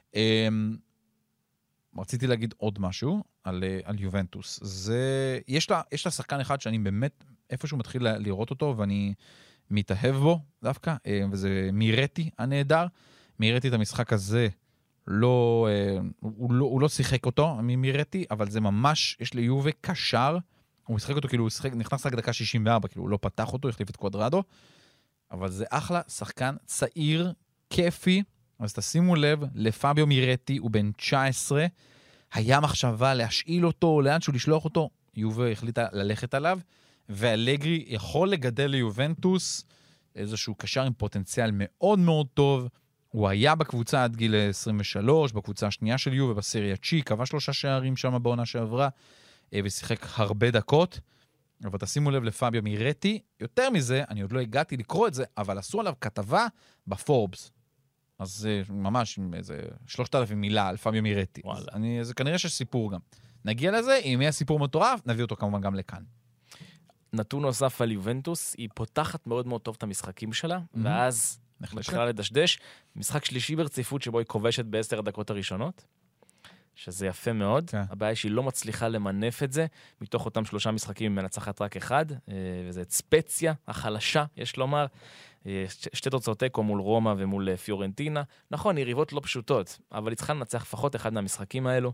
רציתי להגיד עוד משהו על, על יובנטוס. זה, יש לה, יש לה שחקן אחד שאני באמת איפשהו מתחיל לראות אותו, ואני מתאהב בו דווקא, וזה מירטי הנהדר. מירטי את המשחק הזה, לא, הוא, לא, הוא לא שיחק אותו, מירטי, אבל זה ממש, יש ליובה קשר, הוא משחק אותו כאילו, הוא שחק, נכנס רק דקה שישים וארבע, כאילו הוא לא פתח אותו, החליף את קוואדרדו, אבל זה אחלה, שחקן צעיר, כיפי, אז תשימו לב, לפאביו מירטי, הוא בן תשע עשרה, היה מחשבה להשאיל אותו, לאן שהוא לשלוח אותו, יובה החליטה ללכת עליו, ואלגרי יכול לגדל ליובנטוס איזשהו קשר עם פוטנציאל מאוד מאוד טוב, הוא היה בקבוצה עד גיל עשרים ושלוש, בקבוצה השנייה של יובה, בסריה צ'י, קבע שלושה שערים שם בעונה שעברה, ושיחק הרבה דקות, אבל תשימו לב לפאביו מירטי, יותר מזה, אני עוד לא הגעתי לקרוא את זה, אבל עשו עליו כתבה בפורבס. אז זה ממש איזה שלושת אלפים מילה על פאביו מירטי. אני, זה כנראה שיש סיפור גם. נגיע לזה, אם יהיה סיפור מטורף, נביא אותו כמובן גם לכאן. נתון נוסף על יובנטוס, היא פותחת מאוד מאוד טוב את המשחקים שלה, ואז מתחילה לדשדש. משחק שלישי ברציפות שבו היא כובשת בעשר הדקות הראשונות, שזה יפה מאוד. הבעיה היא שהיא לא מצליחה למנף את זה, מתוך אותם שלושה משחקים מנצחת רק אחד, וזה את ספציה, החלשה, יש לומר. שתי תוצאות תיקו מול רומא ומול פיורנטינה. נכון, יריבות לא פשוטות, אבל היא צריכה לנצח לפחות אחד מהמשחקים האלו.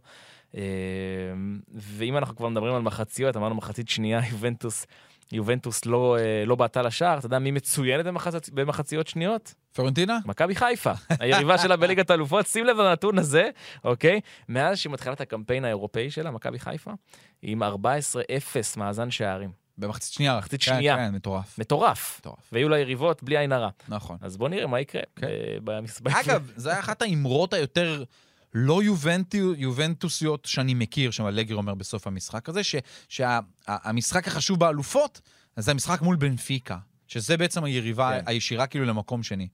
ואם אנחנו כבר מדברים על מחציות, אמרנו מחצית שנייה, יובנטוס, יובנטוס לא, לא בעטה לשער. אתה יודע מי מצוינת במחצ... במחציות שניות? פיורנטינה? מכבי חיפה, היריבה שלה בליגת האלופות. שים לב לנתון הזה, אוקיי? מאז שהיא מתחילה את הקמפיין האירופאי שלה, מכבי חיפה, עם ארבע עשרה אפס מאזן שערים. במחצית שנייה. מחצית שנייה. כן, מטורף. מטורף. מטורף. והיו לה יריבות בלי עין הרע. נכון. אז בוא נראה מה יקרה. אגב, זה היה אחת האמרות היותר לא יובנטוסיות שאני מכיר, שאלגרי אומר בסוף המשחק הזה, שהמשחק החשוב באלופות, זה המשחק מול בנפיקה. שזה בעצם היריבה כן. הישירה כאילו למקום שני.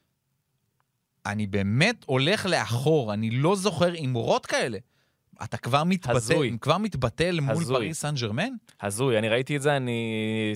אני באמת הולך לאחור, אני לא זוכר אמורות כאלה. אתה כבר מתבטל, הזוי. כבר מתבטל מול הזוי. פריס סן ז'רמן? הזוי, אני ראיתי את זה, אני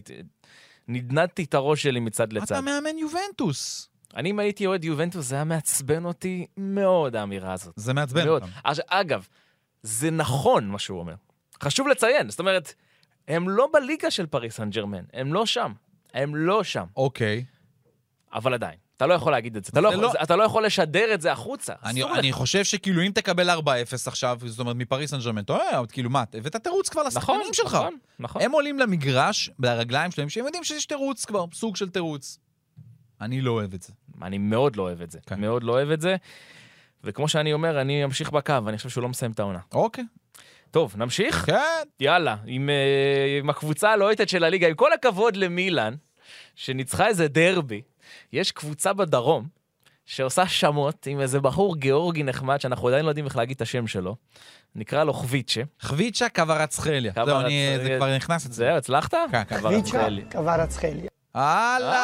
נדנדתי את הראש שלי מצד לצד. אתה מאמן יובנטוס. אני אם הייתי אוהד יובנטוס, זה היה מעצבן אותי מאוד, האמירה הזאת. זה מעצבן מאוד. אותם. עכשיו, אגב, זה נכון מה שהוא אומר. חשוב לציין, זאת אומרת, הם לא בליגה של פריס סן ז'רמן, הם לא שם. הם לא שם. אוקיי. אבל עדיין, אתה לא יכול להגיד את זה. אתה לא יכול, לא- אתה לא יכול לשדר את זה החוצה. אני, אסור אני לך. חושב שכאילו אם תקבל ארבע אפס עכשיו, זאת אומרת מפריס סן ז'רמן, אתה יודע, כאילו מה, הבאת תירוץ כבר לשחקנים נכון, שלך. נכון, נכון. הם עולים למגרש, ברגליים שלהם, שהם יודעים שיש תירוץ כבר, סוג של תירוץ. אני לא אוהב את זה. אני מאוד לא אוהב את זה. כן. מאוד לא אוהב את זה. וכמו שאני אומר, אני אמשיך בקו, אני חושב שהוא לא מסיים את העונה. אוקיי. טוב, נמשיך? כן. יאללה, עם, אה, עם הקבוצה הלוהטת של הליגה, עם כל הכבוד למילאן, שניצחה איזה דרבי, יש קבוצה בדרום, שעושה שמות עם איזה בחור גיאורגי נחמד, שאנחנו עדיין לא יודעים איך להגיד את השם שלו, נקרא לו חוויצ'ה. חוויצ'ה קווארצחליה. זהו, אני, זה כבר נכנס את זה. זהו, הצלחת? כן, כן. קווארצחליה. קווארצחליה. הלאה.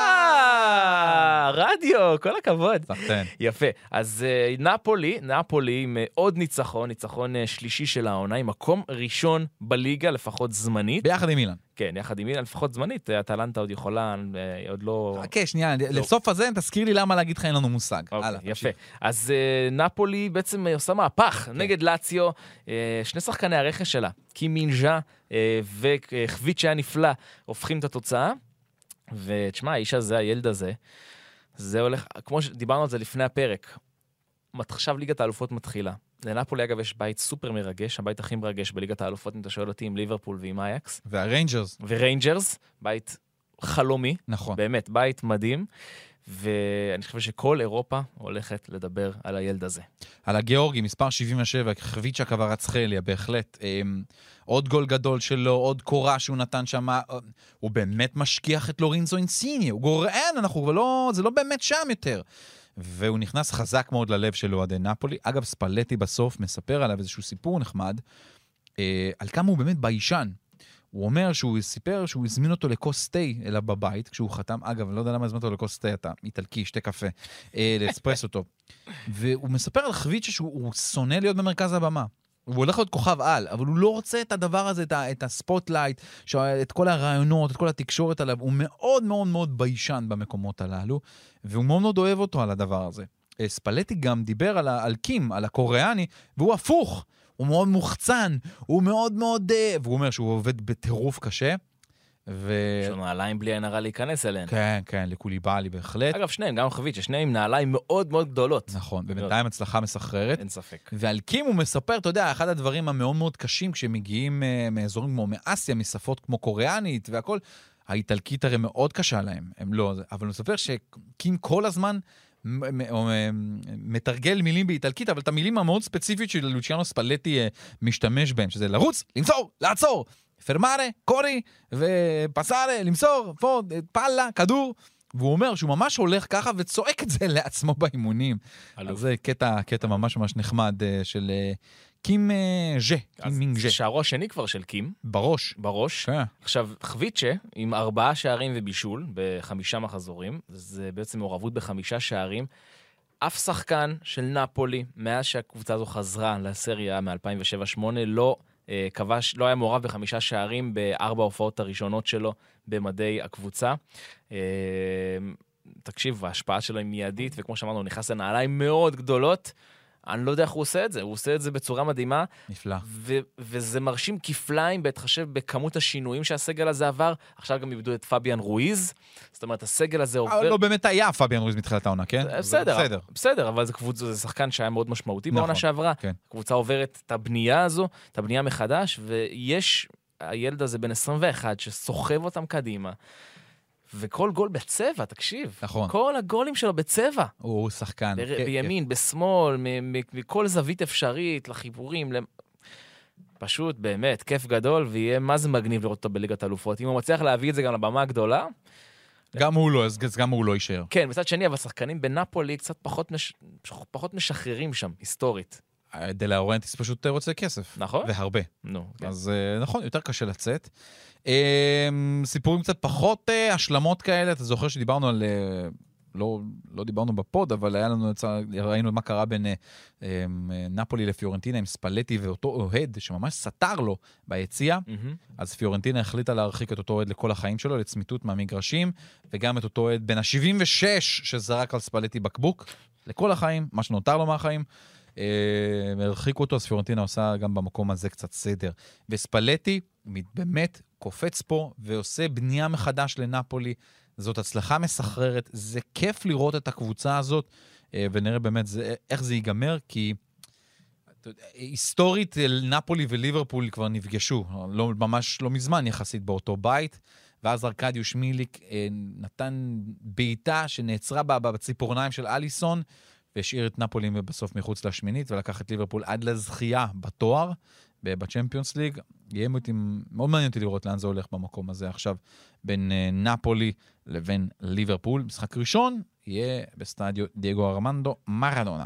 אה, רדיו, כל הכבוד. סחטן. יפה. אז אה, נפולי, נפולי עם אה, עוד ניצחון, ניצחון אה, שלישי של העונה, עם מקום ראשון בליגה, לפחות זמנית. ביחד עם מילן. כן, יחד עם מילאן, לפחות זמנית, אטלנטה עוד יכולה, אה, עוד לא... אוקיי, שנייה, לסוף הזה תזכיר לי למה להגיד לך אין לנו מושג. אוקיי, הלאה, יפה. תמשיך. אז אה, נפולי בעצם אה, עושה מהפך נגד לאציו, אה, שני שחקני הרכש שלה, קי מינג'ה אה, וחוויץ' שהיה נפלא, הופכים את התוצאה, ותשמע, האיש הזה, הילד הזה, זה הולך, כמו שדיברנו על זה לפני הפרק, עכשיו ליגת האלופות מתחילה. לנפולי, אגב, יש בית סופר מרגש, הבית הכי מרגש בליגת האלופות, אם אתה שואל אותי, עם ליברפול ועם אייקס. והריינג'רס. וריינג'רס, בית חלומי, נכון. באמת, בית מדהים, ואני חושב שכל אירופה הולכת לדבר על הילד הזה. על הגיאורגי, מספר שבעים ושבע, חוויצ'ה קווארצחליה, בהחלט. אמ, עוד גול גדול שלו, עוד קורה שהוא נתן שם, הוא באמת משכיח את לורינזו אינסיני, הוא גורען, אנחנו כבר לא, זה לא באמת שם יותר. והוא נכנס חזק מאוד ללב של אוהדי נפולי. אגב, ספלטי בסוף מספר עליו איזשהו סיפור נחמד, אה, על כמה הוא באמת ביישן. הוא אומר שהוא סיפר שהוא הזמין אותו לכוס תה אליו בבית, כשהוא חתם, אגב, אני לא יודע למה הזמין אותו לכוס תה, אתה איטלקי, שתי קפה, אה, לאספרס אותו. והוא מספר על חוויצ'ה שהוא שונא להיות במרכז הבמה. הוא הולך להיות כוכב על, אבל הוא לא רוצה את הדבר הזה, את, ה, את הספוטלייט, את כל הרעיונות, את כל התקשורת עליו. הוא מאוד מאוד מאוד ביישן במקומות הללו, והוא מאוד מאוד אוהב אותו על הדבר הזה. ספלטי גם דיבר על, על קים, על הקוריאני, והוא הפוך. הוא מאוד מוחצן, הוא מאוד מאוד... והוא אומר שהוא עובד בטירוף קשה. ו... יש לו נעליים בלי עין הרע להיכנס אליהן. כן, כן, לקוליבאלי בהחלט. אגב, שניהם, גם חוויץ', שניהם עם נעליים מאוד מאוד גדולות. נכון, ובינתיים הצלחה מסחררת. אין ספק. ועל קים הוא מספר, אתה יודע, אחד הדברים המאוד מאוד קשים כשמגיעים uh, מאזורים כמו מאסיה, משפות כמו קוריאנית והכל, האיטלקית הרי מאוד קשה להם, הם לא, אבל הוא מספר שקים כל הזמן מתרגל מילים באיטלקית, אבל את המילים המאוד ספציפית של לוציאנו ספלטי משתמש בהם, שזה לרוץ, למסור, לעצור, פרמארה, קורי ופסארה, למסור, פה, פאלה, כדור, והוא אומר שהוא ממש הולך ככה וצועק את זה לעצמו באימונים. אז זה קטע, קטע ממש ממש נחמד של קים ז'ה, קים מינג ז'ה. שערו השני כבר של קים. בראש. בראש. כן. עכשיו, חוויצ'ה, עם ארבעה שערים ובישול, בחמישה מחזורים, זה בעצם מעורבות בחמישה שערים. אף שחקן של נפולי, מאז שהקבוצה הזו חזרה לסריה מ-אלפיים ושבע שמונה, לא אה, כבש, לא היה מעורב בחמישה שערים בארבע ההופעות הראשונות שלו במדי הקבוצה. אה, תקשיב, ההשפעה שלו היא מיידית, וכמו שאמרנו, הוא נכנס לנעליים מאוד גדולות. אני לא יודע איך הוא עושה את זה, הוא עושה את זה בצורה מדהימה. נפלא. ו- וזה מרשים כפליים בהתחשב בכמות השינויים שהסגל הזה עבר. עכשיו גם איבדו את פביאן רויז. זאת אומרת, הסגל הזה עובר... לא באמת היה פביאן רויז מתחילת העונה, כן? בסדר, בסדר. בסדר, אבל זה, קבוצ... זה שחקן שהיה מאוד משמעותי נכון, בעונה שעברה. כן. הקבוצה עוברת את הבנייה הזו, את הבנייה מחדש, ויש הילד הזה בן עשרים ואחת שסוחב אותם קדימה. וכל גול בצבע, תקשיב. נכון. כל הגולים שלו בצבע. הוא שחקן. ב- בימין, בשמאל, מ- מ- מכל זווית אפשרית, לחיבורים. למ... פשוט, באמת, כיף גדול, ויהיה מה זה מגניב לראות אותו בליגת האלופות. אם הוא מצליח להביא את זה גם לבמה הגדולה... גם הוא לא, אז גם הוא לא יישאר. כן, מצד שני, אבל שחקנים בנפולי קצת פחות, מש... פחות משחררים שם, היסטורית. דה לאורנטיס פשוט רוצה כסף. נכון. והרבה. נו, כן. אז נכון, יותר קשה לצאת. סיפורים קצת פחות השלמות כאלה, אתה זוכר שדיברנו על... לא, לא דיברנו בפוד, אבל היה לנו, ראינו מה קרה בין אה, נפולי לפיורנטינה עם ספלטי ואותו אוהד שממש סתר לו ביציאה. Mm-hmm. אז פיורנטינה החליטה להרחיק את אותו אוהד לכל החיים שלו, לצמיתות מהמגרשים, וגם את אותו אוהד בין ה-שבעים ושש שזרק על ספלטי בקבוק, לכל החיים, מה שנותר לו מהחיים. אה, הרחיקו אותו, אז פיורנטינה עושה גם במקום הזה קצת סדר. וספלטי באמת קופץ פה ועושה בנייה מחדש לנפולי, זאת הצלחה מסחררת, זה כיף לראות את הקבוצה הזאת, ונראה באמת זה, איך זה ייגמר, כי היסטורית נפולי וליברפול כבר נפגשו, לא, ממש לא מזמן יחסית באותו בית, ואז ארקדיוש מיליק נתן בעיטה שנעצרה בה בציפורניים של אליסון, והשאיר את נפולי בסוף מחוץ לשמינית, ולקח את ליברפול עד לזכייה בתואר, בצ'מפיונס ליג. יהיה מאוד מעניין אותי לראות לאן זה הולך במקום הזה עכשיו, בין נפולי לבין ליברפול. משחק ראשון יהיה בסטדיו דייגו ארמנדו מרדונה.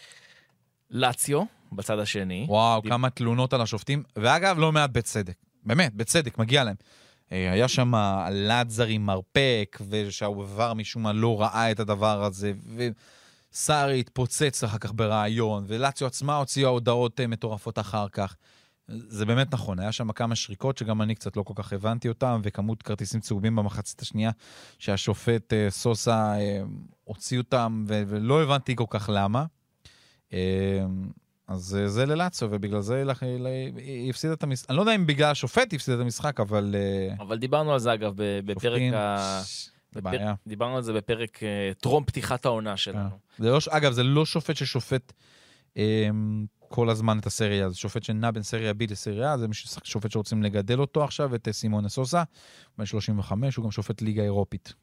לציו, בצד השני. וואו, דיב... כמה תלונות על השופטים, ואגב, לא מעט בצדק. באמת, בצדק, מגיע להם. היה שם לזרי מרפק, ושהעובר משום מה לא ראה את הדבר הזה, וסארי התפוצץ אחר כך ברעיון, ולציו עצמה הוציאה הודעות מטורפות אחר כך. זה באמת נכון, היה שם כמה שריקות שגם אני קצת לא כל כך הבנתי אותם, וכמות כרטיסים צהובים במחצית השנייה שהשופט אה, סוסה אה, הוציא אותם, ו- ולא הבנתי כל כך למה. אה, אז אה, זה ללאציו, ובגלל זה היא הפסידה את המשחק. אני לא יודע אם בגלל השופט הפסידה את המשחק, אבל... אה, אבל דיברנו על זה אגב בפרק ה... בפר... דיברנו על זה בפרק אה, טרום פתיחת העונה שלנו. זה לא, אגב, זה לא שופט ששופט... אה, כל הזמן את הסריה, זה שופט שנע בין סריה B לסריה, זה שופט שרוצים לגדל אותו עכשיו, את סימון סוסה, בן שלושים וחמש, הוא גם שופט ליגה אירופית.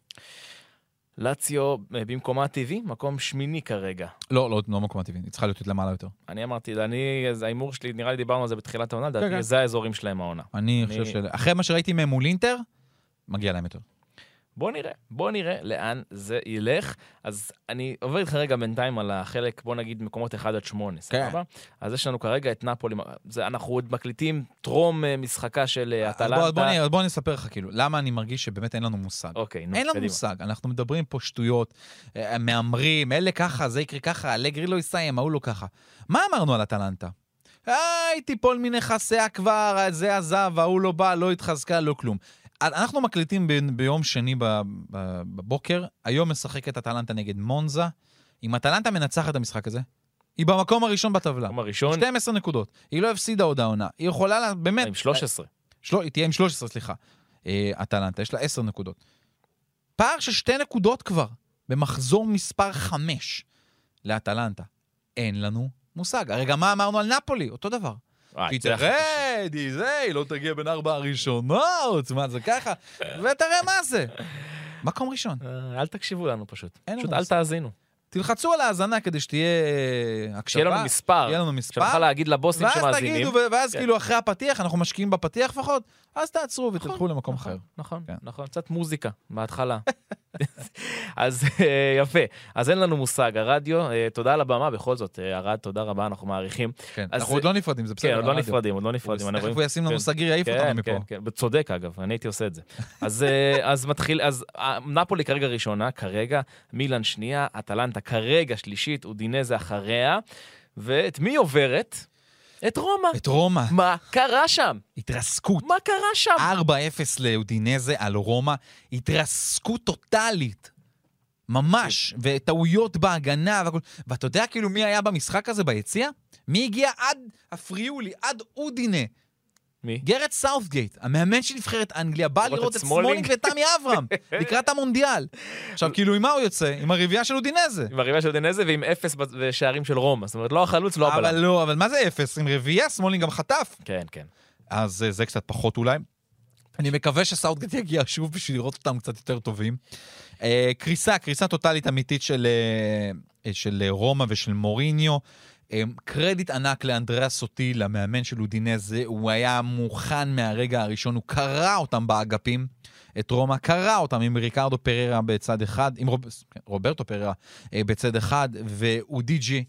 לציו במקומה הטבעי, מקום שמיני כרגע. לא, לא, לא מקום הטבעי, היא צריכה להיות למעלה יותר. אני אמרתי, אני, האימור שלי, נראה לי דיברנו על זה בתחילת העונה, דעתי, זה האזורים שלהם העונה. אני חושב של... אחרי מה שראיתי מהם מול אינטר, מגיע להם יותר. בוא נראה, בוא נראה לאן זה ילך. אז אני עובר איתך רגע בינתיים על החלק, בוא נגיד מקומות אחד עד שמונה, סבבה? אז יש לנו כרגע את נפולי, אנחנו עוד מקליטים טרום משחקה של אטלנטה. בוא נספר לך כאילו, למה אני מרגיש שבאמת אין לנו מושג. אוקיי, נו, אין לנו מושג, אנחנו מדברים פה שטויות, מאמרים, אלה ככה, זה יקרה ככה, אלגרי לא יסיים, ההוא לא ככה. מה אמרנו על אטלנטה? היי, תיפול מנכסיה כבר, זה עזב, ההוא לא בא, לא התחזקה, לא כלום. אנחנו מקליטים ב- ביום שני בבוקר, היום משחקת אטלנטה נגד מונזה, אם אטלנטה מנצחת את המשחק הזה, היא במקום הראשון בטבלה. במקום הראשון. שתים עשרה נקודות. היא לא הפסידה עוד העונה. היא יכולה לה, באמת... עם שלוש עשרה. של... היא תהיה עם שלוש עשרה, סליחה. אטלנטה, יש לה עשר נקודות. פער של שתי נקודות כבר, במחזור מספר חמש לאטלנטה. אין לנו מושג. הרגע מה אמרנו על נפולי? אותו דבר. היא תרד, היא זה, היא לא תגיע בין ארבע הראשונות, מה זה ככה, ותראה מה זה. מקום ראשון. אל תקשיבו לנו פשוט, פשוט אל תאזינו. תלחצו על האזנה כדי שתהיה הקשבה. שיהיה לנו מספר. שיהיה לנו מספר. שנוכל להגיד לבוסים שמאזינים. ואז תגידו, ואז כאילו אחרי הפתיח, אנחנו משקיעים בפתיח לפחות, אז תעצרו ותלכו למקום אחר. נכון, נכון, קצת מוזיקה, בהתחלה. אז יפה. אז אין לנו מושג. הרדיו, תודה על הבמה, בכל זאת, ארד, תודה רבה, אנחנו מעריכים. אנחנו עוד לא נפרדים, זה בסדר. כן, עוד לא נפרדים, עוד לא נפרדים. איך הוא ישים לנו סגיר, יעיף אותנו מפה. כן, כן, צודק אגב, אני הייתי עושה את זה. אז מתחיל, אז נפולי כרגע ראשונה, כרגע, מילאן שנייה, אטלנטה כרגע שלישית, אודינזה אחריה, ואת מי עוברת? את רומא. את רומא. מה קרה שם? התרסקות. מה קרה שם? ארבע אפס לאודינזה על רומא, התרסקות טוטלית. ממש, וטעויות בהגנה, והכל. ואתה יודע כאילו מי היה במשחק הזה ביציאה? מי הגיע עד, הפריעו לי, עד אודינה. מי? גרד סאות'גייט, המאמן של נבחרת אנגליה, בא לראות את סמולינג ותמי אברהם, לקראת המונדיאל. עכשיו, כאילו, עם מה הוא יוצא? עם הרביעייה של אודינזה. עם הרביעייה של אודינזה ועם אפס שערים של רומא. זאת אומרת, לא החלוץ, לא הבלם. אבל לא, אבל מה זה אפס? עם רביעייה, סמולינג גם חטף. כן, כן. אז זה קצת פחות אולי. אני מקווה שסאות'גייט יגיע שוב בשביל לראות אותם קצת יותר טובים. קריסה, קריסה טוטלית אמיתית של רומא ושל מוריניו. קרדיט ענק לאנדריאה סוטי, למאמן של אודינזה, הוא היה מוכן מהרגע הראשון, הוא קרא אותם באגפים, את רומא, קרא אותם עם ריקרדו פררה בצד אחד, עם רוב, רוברטו פררה בצד אחד, ואודיג'י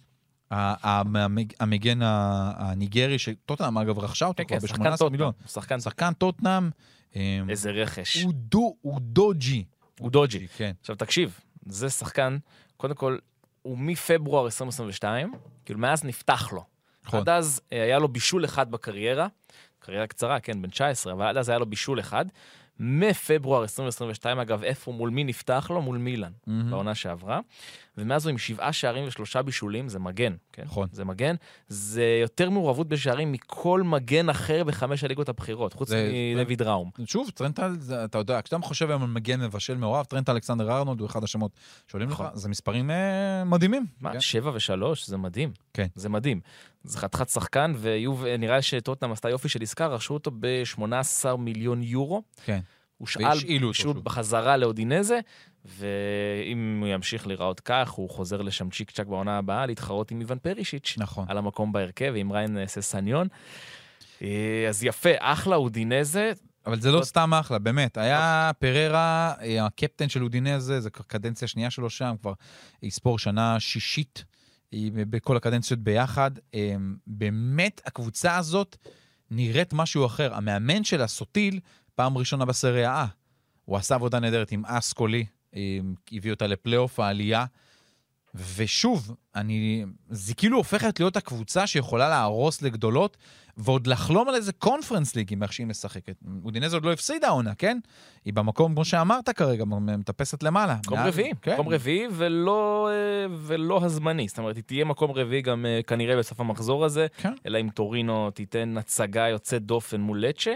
המגן הניגרי, שטוטנהאם אגב רכשה אותו כבר ב-שמונה עשרה מיליון. שחקן טוטנהאם. איזה רכש. אודוג'י. אודוג'י. כן. עכשיו תקשיב, זה שחקן, קודם כל, הוא מפברואר עשרים עשרים ושתיים, כאילו מאז נפתח לו. עד אז היה לו בישול אחד בקריירה, קריירה קצרה, כן, בן תשע עשרה, אבל עד אז היה לו בישול אחד. מפברואר עשרים עשרים ושתיים, אגב, איפה מול מי נפתח לו? מול מילאן, בעונה שעברה. ומאז הוא עם שבעה שערים ושלושה בישולים, זה מגן, כן? נכון. זה מגן. זה יותר מעורבות בשערים מכל מגן אחר בחמש הליגות הבחירות, חוץ מלוי דראום. שוב, טרנטל, אתה יודע, כשאתה חושב היום על מגן מבשל מעורב, טרנטל אלכסנדר ארנולד הוא אחד השמות שעולים לך, זה מספרים מדהימים. מה, שבע ושלוש, זה מדהים. כן. זה מדהים. זה חתיכת שחקן, ונראה לי שטוטנהאם עשתה יופי של עסקה, רשו אותו ב-שמונה עשר מיליון יורו. כן. הוא שאל פשוט בחזרה לאודינזה, ואם הוא ימשיך לראות כך, הוא חוזר לשם צ'יק צ'ק בעונה הבאה, להתחרות עם איוון פרישיץ' נכון. על המקום בהרכב, ועם ריין ססניון. אז יפה, אחלה אודינזה. אבל זה לא סתם אחלה, באמת. היה פררה, הקפטן של אודינזה, זו קדנציה שנייה שלו שם, כבר יספור שנה שישית, בכל הקדנציות ביחד. באמת, הקבוצה הזאת נראית משהו אחר. המאמן של הסוטיל, פעם ראשונה בסריה A. הוא עשה עבודה נהדרת עם אסקולי, הביא אותה לפלייאוף העלייה, ושוב, אני, זה כאילו הופכת להיות הקבוצה שיכולה להרוס לגדולות, ועוד לחלום על איזה קונפרנס ליג, עם איך שהיא משחקת. אודינזה עוד לא הפסידה העונה, כן? היא במקום, כמו שאמרת כרגע, מטפסת למעלה. מקום רביעי, כן. מקום רביעי ולא, ולא הזמני. זאת אומרת, היא תהיה מקום רביעי גם כנראה בסוף המחזור הזה, כן. אלא אם טורינו תיתן הצגה יוצאת דופן מול לצ'ה.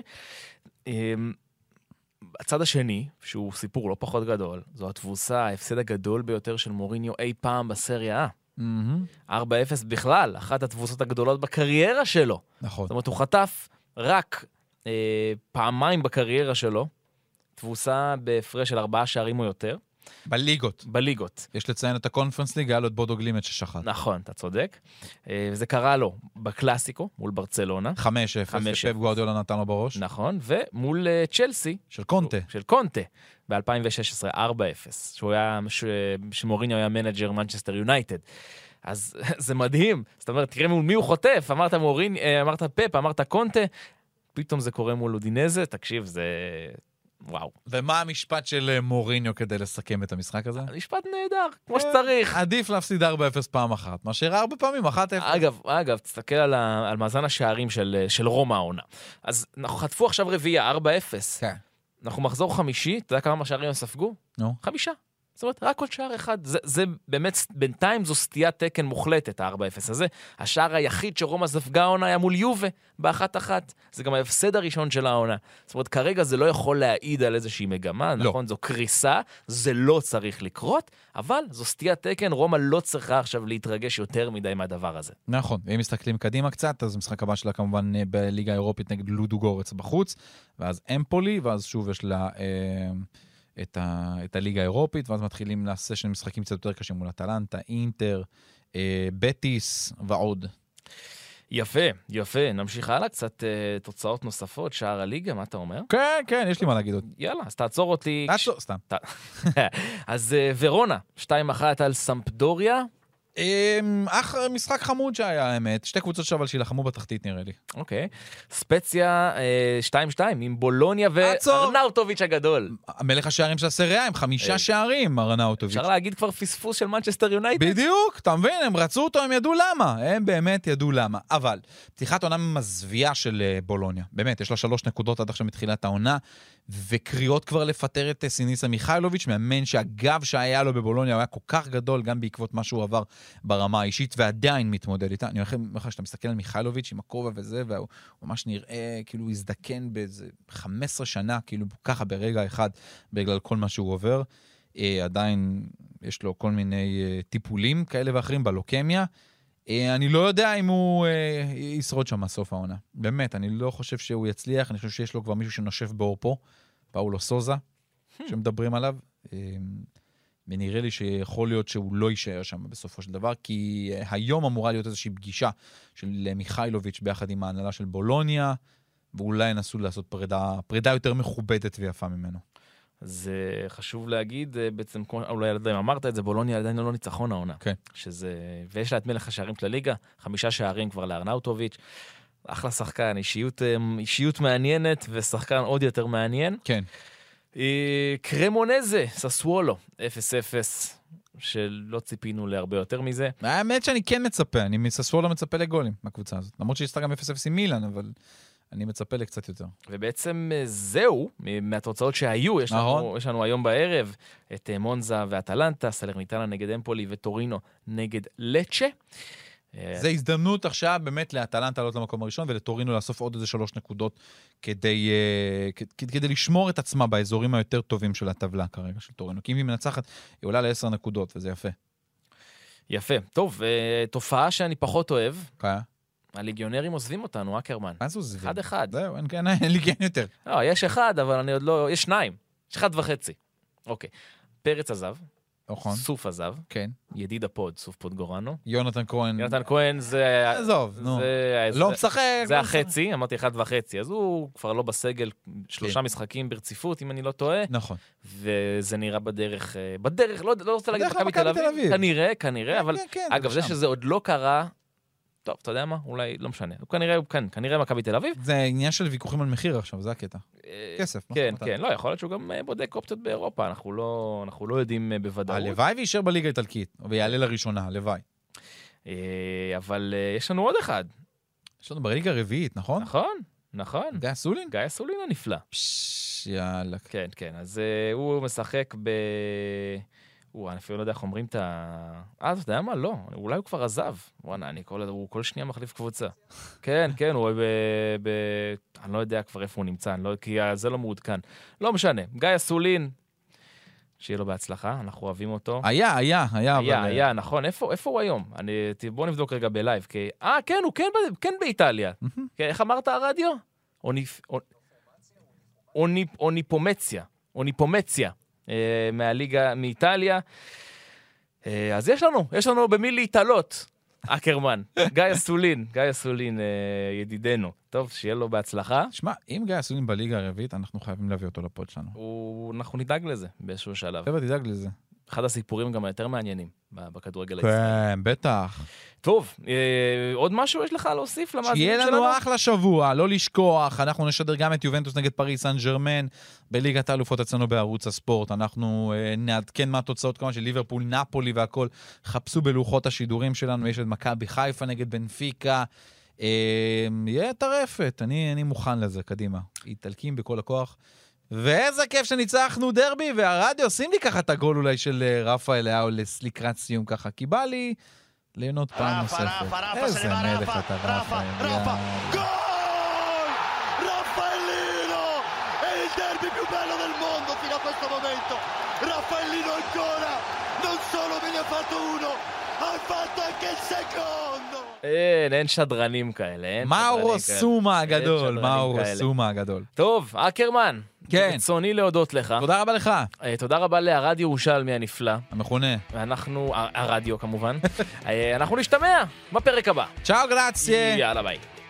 הצד השני, שהוא סיפור לא פחות גדול, זו התבוסה, ההפסד הגדול ביותר של מוריניו אי פעם בסריה A. ארבע אפס בכלל, אחת התבוסות הגדולות בקריירה שלו. נכון. זאת אומרת, הוא חטף רק אה, פעמיים בקריירה שלו, תבוסה בהפרש של ארבעה שערים או יותר. בליגות. בליגות. יש לציין את הקונפרנס ליג, היה לו את בודו גלימט ששחט. נכון, אתה צודק. וזה קרה לו בקלאסיקו, מול ברצלונה. חמש אפס, שפפ גוארדיולה נתן לו בראש. נכון, ומול צ'לסי. של קונטה. של קונטה, ב-אלפיים ושש עשרה, ארבע אפס, שהוא היה, שמוריניו היה מנג'ר מנצ'סטר יונייטד. אז זה מדהים. זאת אומרת, תראה מול מי הוא חוטף. אמרת מוריניו, אמרת פפ, אמרת קונטה. פתאום זה קורה מול אודינזה, תקשיב, זה... וואו. ומה המשפט של מוריניו כדי לסכם את המשחק הזה? המשפט נהדר, כמו שצריך. עדיף להפסיד ארבע אפס פעם אחת, מאשר ארבע פעמים, אחת אפס. אגב, אגב, תסתכל על, ה, על מאזן השערים של, של רומא העונה. אז אנחנו חטפו עכשיו רביעייה, ארבע אפס. כן. אנחנו מחזור חמישי, אתה יודע כמה שערים הם ספגו? נו. חמישה. זאת אומרת, רק עוד שער אחד. זה, זה באמת, בינתיים זו סטיית תקן מוחלטת, ה-ארבע אפס הזה. השער היחיד שרומא ספגה העונה היה מול יובה, באחת אחת. זה גם ההפסד הראשון של העונה. זאת אומרת, כרגע זה לא יכול להעיד על איזושהי מגמה, לא. נכון? זו קריסה, זה לא צריך לקרות, אבל זו סטיית תקן, רומא לא צריכה עכשיו להתרגש יותר מדי מהדבר הזה. נכון, ואם מסתכלים קדימה קצת, אז המשחק הבא שלה כמובן בליגה האירופית נגד לודו גורץ בחוץ, ואז אמפולי, ואז שוב יש לה... אה... את, ה, את הליגה האירופית, ואז מתחילים לעשות של משחקים קצת יותר קשים מול אטלנטה, אינטר, אה, בטיס ועוד. יפה, יפה. נמשיך הלאה קצת אה, תוצאות נוספות, שער הליגה, מה אתה אומר? כן, כן, יש לי מה להגיד עוד. יאללה, אז תעצור אותי. תעצור, סתם. אז אה, ורונה, שתיים אחת על סמפדוריה. אך משחק חמוד שהיה, האמת. שתי קבוצות אבל שילחמו בתחתית, נראה לי. אוקיי. ספציה שתיים שתיים עם בולוניה וארנאוטוביץ' הגדול. המלך השערים של הסריה, עם חמישה שערים, ארנאוטוביץ'. אפשר להגיד כבר פספוס של מנצ'סטר יונייטד? בדיוק, אתה מבין? הם רצו אותו, הם ידעו למה. הם באמת ידעו למה. אבל, פתיחת עונה מזוויעה של בולוניה. באמת, יש לה שלוש נקודות עד עכשיו מתחילת העונה, וקריאות כבר לפטר את סיניסה מיכאילוביץ', מאמן שהגב שהיה לו בבולוניה היה כל כך גדול, גם בעקבות מה שהוא עבר ברמה האישית, ועדיין מתמודד איתה. אני אומר שאתה מסתכל על מיכאילוביץ' עם הכובע וזה, והוא ממש נראה כאילו הוא הזדקן באיזה חמש עשרה שנה, כאילו ככה ברגע אחד, בגלל כל מה שהוא עובר. עדיין יש לו כל מיני טיפולים כאלה ואחרים בלוקמיה. אני לא יודע אם הוא ישרוד שם מסוף העונה. באמת, אני לא חושב שהוא יצליח, אני חושב שיש לו כבר מישהו שנושב באורפו, פאולו סוזה, שמדברים עליו. ונראה לי שיכול להיות שהוא לא יישאר שם בסופו של דבר, כי היום אמורה להיות איזושהי פגישה של מיכאילוביץ' ביחד עם ההנהלה של בולוניה, ואולי ינסו לעשות פרידה, פרידה יותר מכובדת ויפה ממנו. זה חשוב להגיד, בעצם, אולי עדיין אמרת את זה, בולוניה עדיין לא ניצחון העונה. כן. שזה, ויש לה את מלך השערים של הליגה, חמישה שערים כבר לארנאוטוביץ', אחלה שחקן, אישיות, אישיות מעניינת, ושחקן עוד יותר מעניין. כן. קרמונזה, ססוולו, אפס אפס, שלא ציפינו להרבה יותר מזה. האמת שאני כן מצפה, אני מססוולו מצפה לגולים מהקבוצה הזאת. למרות שהיא עשתה גם אפס אפס עם מילאן, אבל אני מצפה לקצת יותר. ובעצם זהו, מהתוצאות שהיו, יש לנו, יש לנו היום בערב את מונזה ואטלנטה, סלרניטנה נגד אמפולי וטורינו נגד לצ'ה. זה הזדמנות עכשיו באמת לאטלנטה לעלות למקום הראשון, ולטורינו לאסוף עוד איזה שלוש נקודות כדי, כדי לשמור את עצמה באזורים היותר טובים של הטבלה כרגע של טורינו. כי אם היא מנצחת, היא עולה לעשר נקודות, וזה יפה. יפה. טוב, תופעה שאני פחות אוהב. כן. הליגיונרים עוזבים אותנו, אקרמן. מה זה עוזבים? אחד אחד. זהו, אין, אין ליגיון יותר. לא, יש אחד, אבל אני עוד לא... יש שניים. יש אחד וחצי. אוקיי. פרץ עזב. נכון. סוף עזב. כן. ידיד הפוד, סוף פוד גורנו. יונתן כהן. יונתן כהן זה... עזוב, נו. זה... לא משחק. זה החצי, אמרתי אחד וחצי. אז הוא כבר לא בסגל שלושה משחקים ברציפות, אם אני לא טועה. נכון. וזה נראה בדרך... בדרך, לא רוצה להגיד מכבי תל אביב. כנראה, כנראה, אבל... אגב, זה שזה עוד לא קרה... טוב, אתה יודע מה? אולי לא משנה. הוא כנראה, כן, כנראה מכבי תל אביב. זה עניין של ויכוחים על מחיר עכשיו, זה הקטע. כסף. כן, כן, לא, יכול להיות שהוא גם בודק אופציות באירופה, אנחנו לא, אנחנו לא יודעים בוודאות. הלוואי וישר בליגה האיטלקית, ויעלה לראשונה, הלוואי. אבל יש לנו עוד אחד. יש לנו בליגה הרביעית, נכון? נכון, נכון. גיא סולין? גיא סולין הנפלא. פשש, יאללה. כן, כן, אז הוא משחק ב... הוא, אני אפילו לא יודע איך אומרים את ה... אה, אתה יודע מה? לא. אולי הוא כבר עזב. וואנה, אני כל... הוא כל שנייה מחליף קבוצה. כן, כן, הוא ב... ב... אני לא יודע כבר איפה הוא נמצא, לא... כי זה לא מעודכן. לא משנה. גיא סולין, שיהיה לו בהצלחה, אנחנו אוהבים אותו. היה, היה, היה. היה, אבל... היה, נכון. איפה, איפה הוא היום? אני... בוא נבדוק רגע בלייב. כי... אה, כן, הוא כן, ב... כן באיטליה. כן, איך אמרת הרדיו? אוניפ... אוניפ... אוניפומציה. אוניפומציה. מהליגה, מאיטליה. אז יש לנו, יש לנו במי להתעלות, אקרמן, גיא סולין, גיא סולין ידידנו. טוב, שיהיה לו בהצלחה. שמע, אם גיא סולין בליגה הרביעית, אנחנו חייבים להביא אותו לפוד שלנו. אנחנו נדאג לזה באיזשהו שלב. חבר'ה, תדאג לזה. אחד הסיפורים גם היותר מעניינים בכדורגל הישראלי. כן, בטח. טוב, עוד משהו יש לך להוסיף למאזינים שלנו? שיהיה לנו אחלה שבוע, לא לשכוח, אנחנו נשדר גם את יובנטוס נגד פריס סן ז'רמן, בליגת האלופות אצלנו בערוץ הספורט, אנחנו נעדכן מה התוצאות כמובן של ליברפול, נפולי והכל, חפשו בלוחות השידורים שלנו, יש את מכבי חיפה נגד בנפיקה, יהיה טרפת, אני, אני מוכן לזה, קדימה, איטלקים בכל הכוח, ואיזה כיף שניצחנו דרבי, והרדיו, שים לי ככה את הגול אולי של רפאל לאו לקראת סיום ככה, כי בא לי ליהנות פעם נוספת. איזה מלך אתה רפאל. גול! Raffaellino! È il derby più bello del mondo fino a questo momento. Raffaellino ancora, non solo me ne ha fatto uno, ha fatto anche il secondo. אין, אין שדרנים כאלה. מאורו סומה הגדול, מאורו סומה הגדול. טוב, אקרמן. כן. רצוני להודות לך. תודה רבה לך. תודה רבה לרדיו ירושלמי הנפלא. המכונה. ואנחנו, הרדיו כמובן. אנחנו נשתמע בפרק הבא. צ'או, גרציה. יאללה ביי.